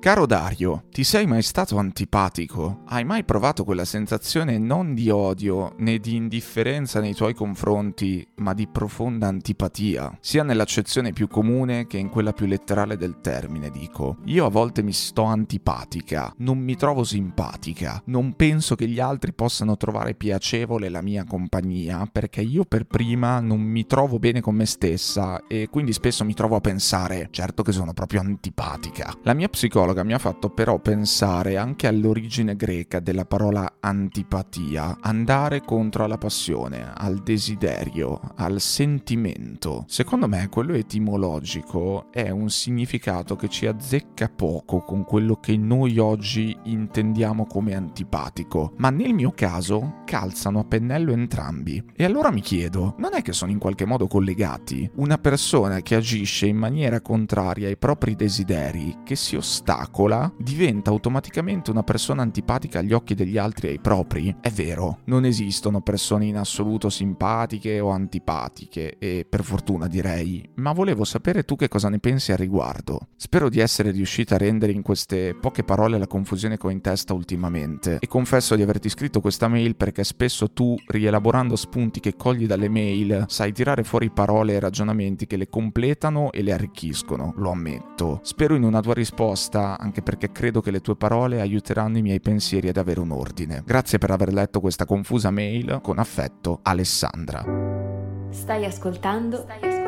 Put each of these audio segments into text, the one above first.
Caro Dario, ti sei mai stato antipatico? Hai mai provato quella sensazione non di odio né di indifferenza nei tuoi confronti, ma di profonda antipatia? Sia nell'accezione più comune che in quella più letterale del termine, dico. Io a volte mi sto antipatica, non mi trovo simpatica, non penso che gli altri possano trovare piacevole la mia compagnia, perché io per prima non mi trovo bene con me stessa e quindi spesso mi trovo a pensare, certo che sono proprio antipatica. La mia psicologa mi ha fatto però pensare anche all'origine greca della parola antipatia, andare contro alla passione, al desiderio, al sentimento. Secondo me quello etimologico è un significato che ci azzecca poco con quello che noi oggi intendiamo come antipatico, ma nel mio caso calzano a pennello entrambi. E allora mi chiedo, non è che sono in qualche modo collegati? Una persona che agisce in maniera contraria ai propri desideri, che si ostacola, diventa automaticamente una persona antipatica agli occhi degli altri e ai propri? È vero, non esistono persone in assoluto simpatiche o antipatiche, e per fortuna direi, ma volevo sapere tu che cosa ne pensi al riguardo. Spero di essere riuscita a rendere in queste poche parole la confusione che ho in testa ultimamente, e confesso di averti scritto questa mail perché spesso tu, rielaborando spunti che cogli dalle mail, sai tirare fuori parole e ragionamenti che le completano e le arricchiscono, lo ammetto. Spero in una tua risposta, anche perché credo che le tue parole aiuteranno i miei pensieri ad avere un ordine. Grazie per aver letto questa confusa mail. Con affetto, Alessandra. Stai ascoltando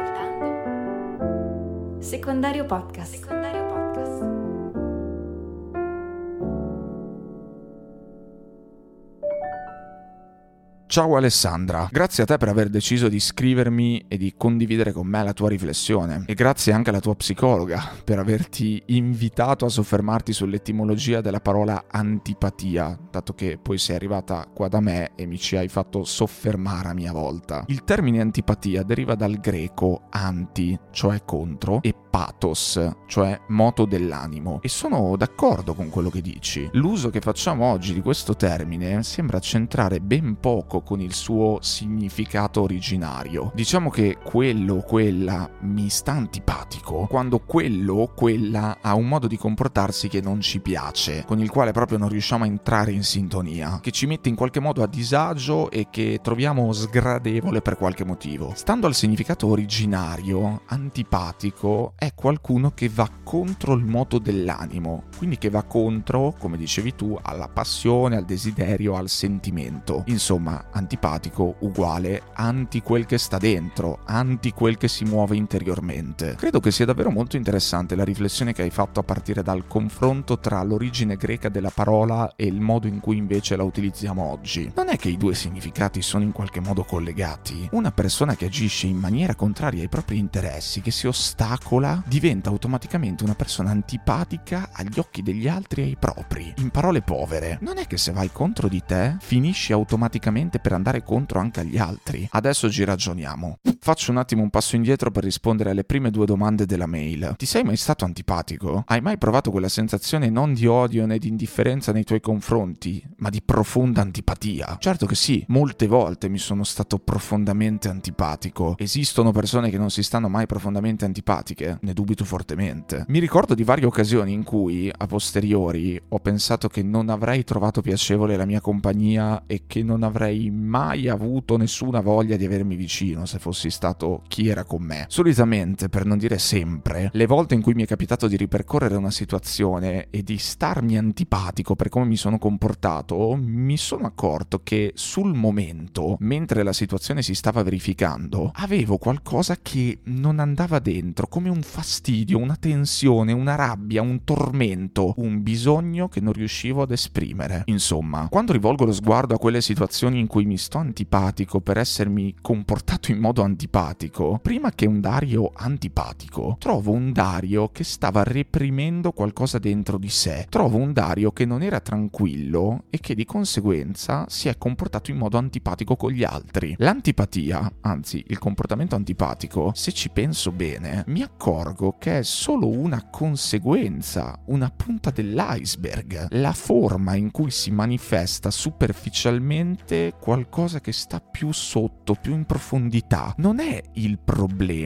Secondario Podcast. Ciao Alessandra, grazie a te per aver deciso di scrivermi e di condividere con me la tua riflessione, e grazie anche alla tua psicologa per averti invitato a soffermarti sull'etimologia della parola antipatia, dato che poi sei arrivata qua da me e mi ci hai fatto soffermare a mia volta. Il termine antipatia deriva dal greco anti, cioè contro, e pathos, cioè moto dell'animo, e sono d'accordo con quello che dici. L'uso che facciamo oggi di questo termine sembra centrare ben poco con il suo significato originario. Diciamo che quello o quella mi sta antipatico quando quello o quella ha un modo di comportarsi che non ci piace, con il quale proprio non riusciamo a entrare in sintonia, che ci mette in qualche modo a disagio e che troviamo sgradevole per qualche motivo. Stando al significato originario, antipatico è qualcuno che va contro il moto dell'animo, quindi che va contro, come dicevi tu, alla passione, al desiderio, al sentimento. Insomma, antipatico uguale anti quel che sta dentro, anti quel che si muove interiormente. Credo che sia davvero molto interessante la riflessione che hai fatto a partire dal confronto tra l'origine greca della parola e il modo in cui invece la utilizziamo oggi. Non è che i due significati sono in qualche modo collegati? Una persona che agisce in maniera contraria ai propri interessi, che si ostacola, diventa automaticamente una persona antipatica agli occhi degli altri e ai propri. In parole povere, non è che se vai contro di te, finisci automaticamente per andare contro anche agli altri. Adesso ci ragioniamo. Faccio un attimo un passo indietro per rispondere alle prime due domande della mail. Ti sei mai stato antipatico? Hai mai provato quella sensazione non di odio né di indifferenza nei tuoi confronti, ma di profonda antipatia? Certo che sì, molte volte mi sono stato profondamente antipatico. Esistono persone che non si stanno mai profondamente antipatiche? Ne dubito fortemente. Mi ricordo di varie occasioni in cui, a posteriori, ho pensato che non avrei trovato piacevole la mia compagnia e che non avrei mai avuto nessuna voglia di avermi vicino se fossi stato chi era con me. Solitamente, per non dire sempre, le volte in cui mi è capitato di ripercorrere una situazione e di starmi antipatico per come mi sono comportato, mi sono accorto che sul momento, mentre la situazione si stava verificando, avevo qualcosa che non andava dentro, come un fastidio, una tensione, una rabbia, un tormento, un bisogno che non riuscivo ad esprimere. Insomma, quando rivolgo lo sguardo a quelle situazioni in cui mi sto antipatico per essermi comportato in modo antipatico, prima che un Dario antipatico, trovo un Dario che stava reprimendo qualcosa dentro di sé. Trovo un Dario che non era tranquillo e che di conseguenza si è comportato in modo antipatico con gli altri. L'antipatia, anzi il comportamento antipatico, se ci penso bene, mi accorgo che è solo una conseguenza, una punta dell'iceberg, la forma in cui si manifesta superficialmente qualcosa che sta più sotto, più in profondità. Non è il problema,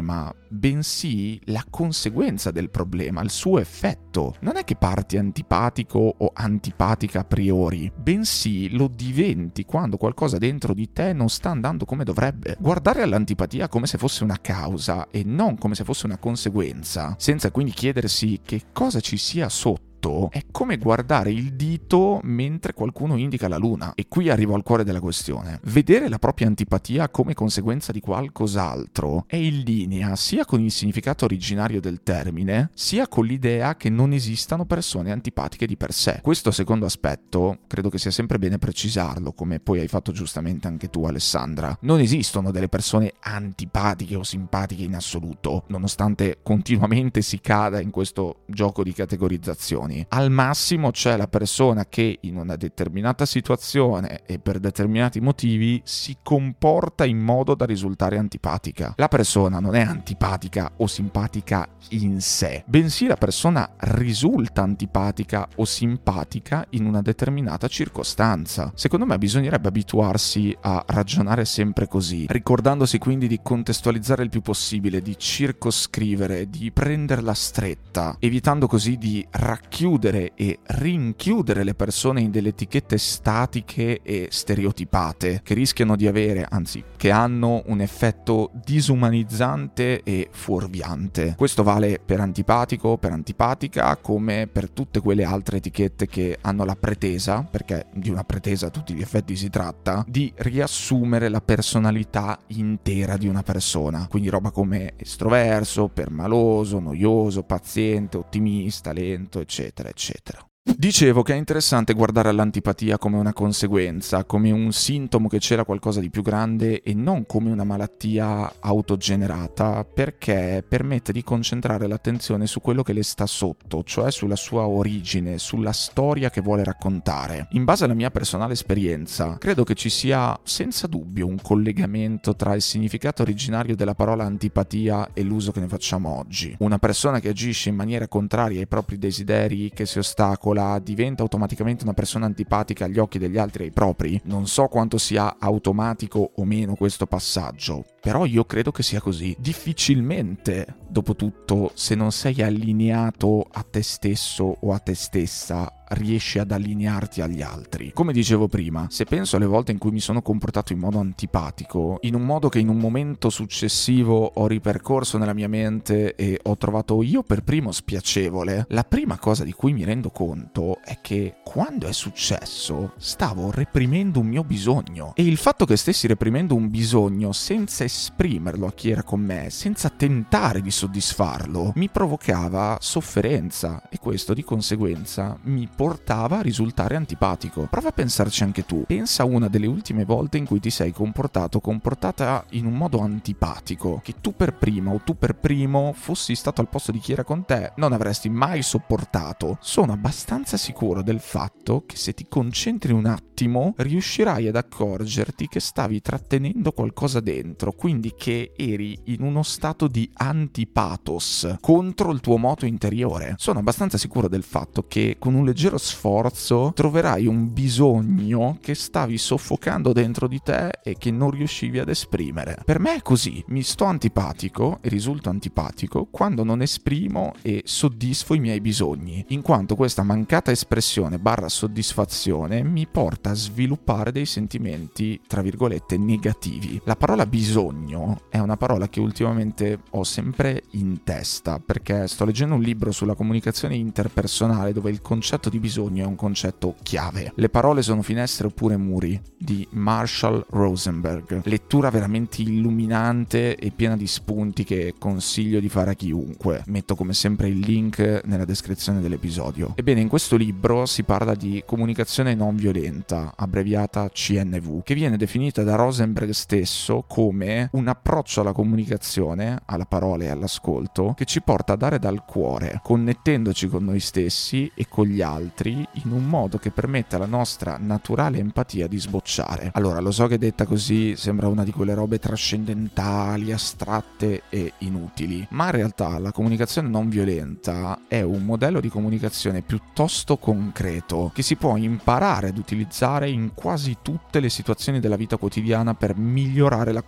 bensì la conseguenza del problema, il suo effetto. Non è che parti antipatico o antipatica a priori, bensì lo diventi quando qualcosa dentro di te non sta andando come dovrebbe. Guardare all'antipatia come se fosse una causa e non come se fosse una conseguenza, senza quindi chiedersi che cosa ci sia sotto, è come guardare il dito mentre qualcuno indica la luna. E qui arrivo al cuore della questione. Vedere la propria antipatia come conseguenza di qualcos'altro è in linea sia con il significato originario del termine, sia con l'idea che non esistano persone antipatiche di per sé. Questo secondo aspetto credo che sia sempre bene precisarlo, come poi hai fatto giustamente anche tu, Alessandra. Non esistono delle persone antipatiche o simpatiche in assoluto, nonostante continuamente si cada in questo gioco di categorizzazioni. Al massimo c'è la persona che in una determinata situazione e per determinati motivi si comporta in modo da risultare antipatica. La persona non è antipatica o simpatica in sé, bensì la persona risulta antipatica o simpatica in una determinata circostanza. Secondo me bisognerebbe abituarsi a ragionare sempre così, ricordandosi quindi di contestualizzare il più possibile, di circoscrivere, di prenderla stretta, evitando così di racchiudere e rinchiudere le persone in delle etichette statiche e stereotipate che rischiano di avere, anzi che hanno un effetto disumanizzante e fuorviante. Questo vale per antipatico, per antipatica, come per tutte quelle altre etichette che hanno la pretesa, perché di una pretesa a tutti gli effetti si tratta, di riassumere la personalità intera di una persona. Quindi roba come estroverso, permaloso, noioso, paziente, ottimista, lento, eccetera, eccetera. Dicevo che è interessante guardare all'antipatia come una conseguenza, come un sintomo che c'era qualcosa di più grande e non come una malattia autogenerata, perché permette di concentrare l'attenzione su quello che le sta sotto, cioè sulla sua origine, sulla storia che vuole raccontare. In base alla mia personale esperienza, credo che ci sia senza dubbio un collegamento tra il significato originario della parola antipatia e l'uso che ne facciamo oggi. Una persona che agisce in maniera contraria ai propri desideri, che si ostacola, diventa automaticamente una persona antipatica agli occhi degli altri e ai propri. Non so quanto sia automatico o meno questo passaggio, però io credo che sia così. Difficilmente, dopo tutto, se non sei allineato a te stesso o a te stessa, riesci ad allinearti agli altri. Come dicevo prima, se penso alle volte in cui mi sono comportato in modo antipatico, in un modo che in un momento successivo ho ripercorso nella mia mente e ho trovato io per primo spiacevole, la prima cosa di cui mi rendo conto è che quando è successo stavo reprimendo un mio bisogno, e il fatto che stessi reprimendo un bisogno senza esprimerlo a chi era con me, senza tentare di soddisfarlo, mi provocava sofferenza, e questo di conseguenza mi portava a risultare antipatico. Prova a pensarci anche tu. Pensa a una delle ultime volte in cui ti sei comportata in un modo antipatico, che tu per prima o tu per primo fossi stato al posto di chi era con te, non avresti mai sopportato. Sono abbastanza sicuro del fatto che se ti concentri un attimo riuscirai ad accorgerti che stavi trattenendo qualcosa dentro, quindi che eri in uno stato di antipathos contro il tuo moto interiore. Sono abbastanza sicuro del fatto che con un leggero sforzo troverai un bisogno che stavi soffocando dentro di te e che non riuscivi ad esprimere. Per me è così, mi sto antipatico e risulto antipatico quando non esprimo e soddisfo i miei bisogni, in quanto questa mancata espressione / soddisfazione mi porta a sviluppare dei sentimenti, tra virgolette, negativi. La parola bisogno è una parola che ultimamente ho sempre in testa, perché sto leggendo un libro sulla comunicazione interpersonale dove il concetto di bisogno è un concetto chiave. Le parole sono finestre oppure muri, di Marshall Rosenberg. Lettura veramente illuminante e piena di spunti che consiglio di fare a chiunque. Metto come sempre il link nella descrizione dell'episodio. Ebbene, in questo libro si parla di comunicazione non violenta, abbreviata CNV, che viene definita da Rosenberg stesso come un approccio alla comunicazione, alla parola e all'ascolto, che ci porta a dare dal cuore, connettendoci con noi stessi e con gli altri in un modo che permette alla nostra naturale empatia di sbocciare. Allora, lo so che detta così sembra una di quelle robe trascendentali, astratte e inutili, ma in realtà la comunicazione non violenta è un modello di comunicazione piuttosto concreto che si può imparare ad utilizzare in quasi tutte le situazioni della vita quotidiana per migliorare la qualità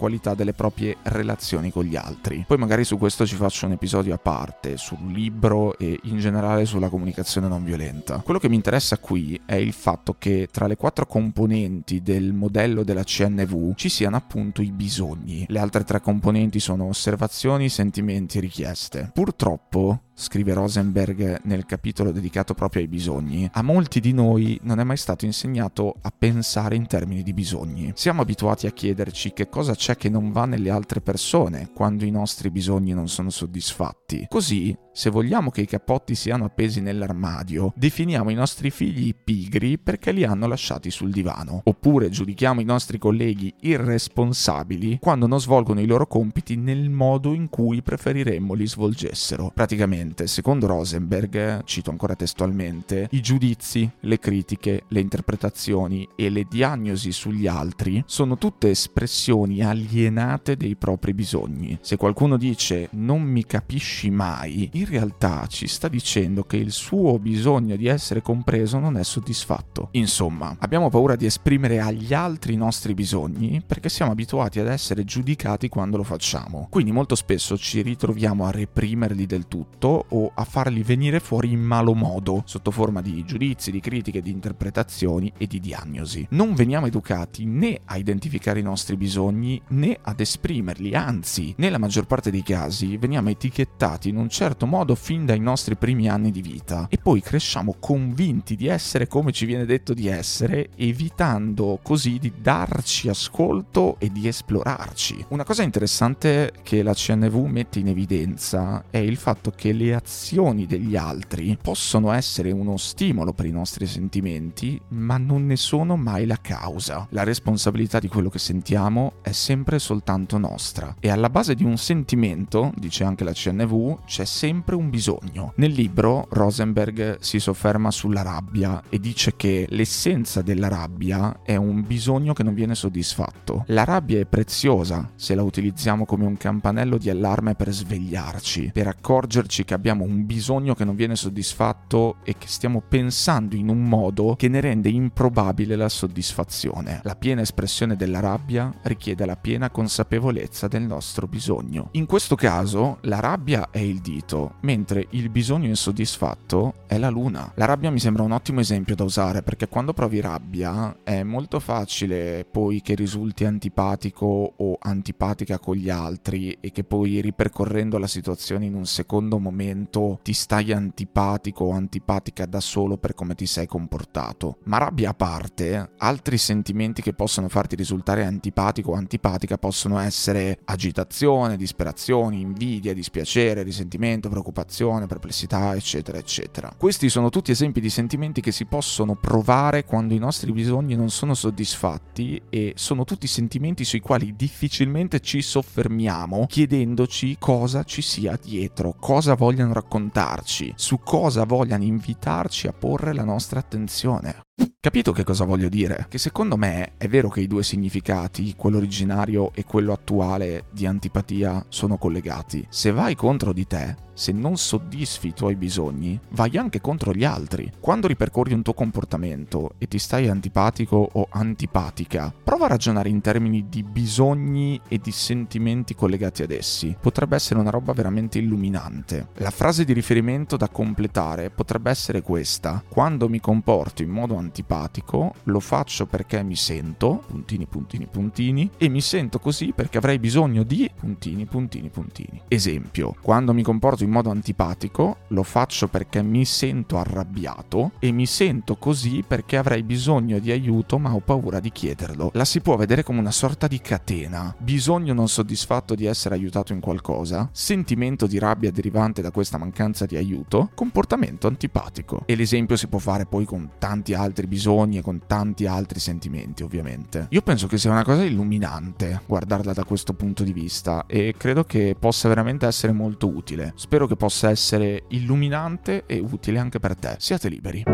delle proprie relazioni con gli altri. Poi magari su questo ci faccio un episodio a parte, sul libro e in generale sulla comunicazione non violenta. Quello che mi interessa qui è il fatto che tra le 4 componenti del modello della CNV ci siano appunto i bisogni. Le altre 3 componenti sono osservazioni, sentimenti e richieste. Purtroppo, scrive Rosenberg nel capitolo dedicato proprio ai bisogni, a molti di noi non è mai stato insegnato a pensare in termini di bisogni. Siamo abituati a chiederci che cosa c'è che non va nelle altre persone quando i nostri bisogni non sono soddisfatti. Così, se vogliamo che i cappotti siano appesi nell'armadio, definiamo i nostri figli pigri perché li hanno lasciati sul divano. Oppure giudichiamo i nostri colleghi irresponsabili quando non svolgono i loro compiti nel modo in cui preferiremmo li svolgessero. Praticamente, secondo Rosenberg, cito ancora testualmente, i giudizi, le critiche, le interpretazioni e le diagnosi sugli altri sono tutte espressioni alienate dei propri bisogni. Se qualcuno dice "non mi capisci mai", in realtà ci sta dicendo che il suo bisogno di essere compreso non è soddisfatto. Insomma, abbiamo paura di esprimere agli altri i nostri bisogni perché siamo abituati ad essere giudicati quando lo facciamo. Quindi molto spesso ci ritroviamo a reprimerli del tutto o a farli venire fuori in malo modo, sotto forma di giudizi, di critiche, di interpretazioni e di diagnosi. Non veniamo educati né a identificare i nostri bisogni né ad esprimerli, anzi, nella maggior parte dei casi veniamo etichettati in un certo modo fin dai nostri primi anni di vita e poi cresciamo convinti di essere come ci viene detto di essere, evitando così di darci ascolto e di esplorarci. Una cosa interessante che la CNV mette in evidenza è il fatto che le azioni degli altri possono essere uno stimolo per i nostri sentimenti, ma non ne sono mai la causa. La responsabilità di quello che sentiamo è sempre soltanto nostra e alla base di un sentimento, dice anche la CNV, c'è sempre un bisogno. Nel libro Rosenberg si sofferma sulla rabbia e dice che l'essenza della rabbia è un bisogno che non viene soddisfatto. La rabbia è preziosa se la utilizziamo come un campanello di allarme per svegliarci, per accorgerci che abbiamo un bisogno che non viene soddisfatto e che stiamo pensando in un modo che ne rende improbabile la soddisfazione. La piena espressione della rabbia richiede la piena consapevolezza del nostro bisogno. In questo caso la rabbia è il dito, mentre il bisogno insoddisfatto è la luna. La rabbia mi sembra un ottimo esempio da usare perché quando provi rabbia è molto facile poi che risulti antipatico o antipatica con gli altri e che poi ripercorrendo la situazione in un secondo momento ti stai antipatico o antipatica da solo per come ti sei comportato. Ma rabbia a parte, altri sentimenti che possono farti risultare antipatico o antipatica possono essere agitazione, disperazione, invidia, dispiacere, risentimento, preoccupazione, perplessità, eccetera, eccetera. Questi sono tutti esempi di sentimenti che si possono provare quando i nostri bisogni non sono soddisfatti e sono tutti sentimenti sui quali difficilmente ci soffermiamo chiedendoci cosa ci sia dietro, cosa vogliano raccontarci, su cosa vogliano invitarci a porre la nostra attenzione. Capito che cosa voglio dire? Che secondo me è vero che i 2 significati, quello originario e quello attuale di antipatia, sono collegati. Se vai contro di te, se non soddisfi i tuoi bisogni, vai anche contro gli altri. Quando ripercorri un tuo comportamento e ti stai antipatico o antipatica, prova a ragionare in termini di bisogni e di sentimenti collegati ad essi. Potrebbe essere una roba veramente illuminante. La frase di riferimento da completare potrebbe essere questa: quando mi comporto in modo antipatico, lo faccio perché mi sento, puntini puntini puntini, e mi sento così perché avrei bisogno di, puntini puntini puntini. Esempio, quando mi comporto in modo antipatico, lo faccio perché mi sento arrabbiato e mi sento così perché avrei bisogno di aiuto ma ho paura di chiederlo. La si può vedere come una sorta di catena: bisogno non soddisfatto di essere aiutato in qualcosa, sentimento di rabbia derivante da questa mancanza di aiuto, comportamento antipatico. E l'esempio si può fare poi con tanti altri bisogni e con tanti altri sentimenti, ovviamente. Io penso che sia una cosa illuminante guardarla da questo punto di vista e credo che possa veramente essere molto utile. Spero che possa essere illuminante e utile anche per te. Siate liberi.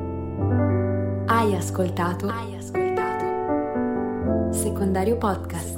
Hai ascoltato Secondario Podcast.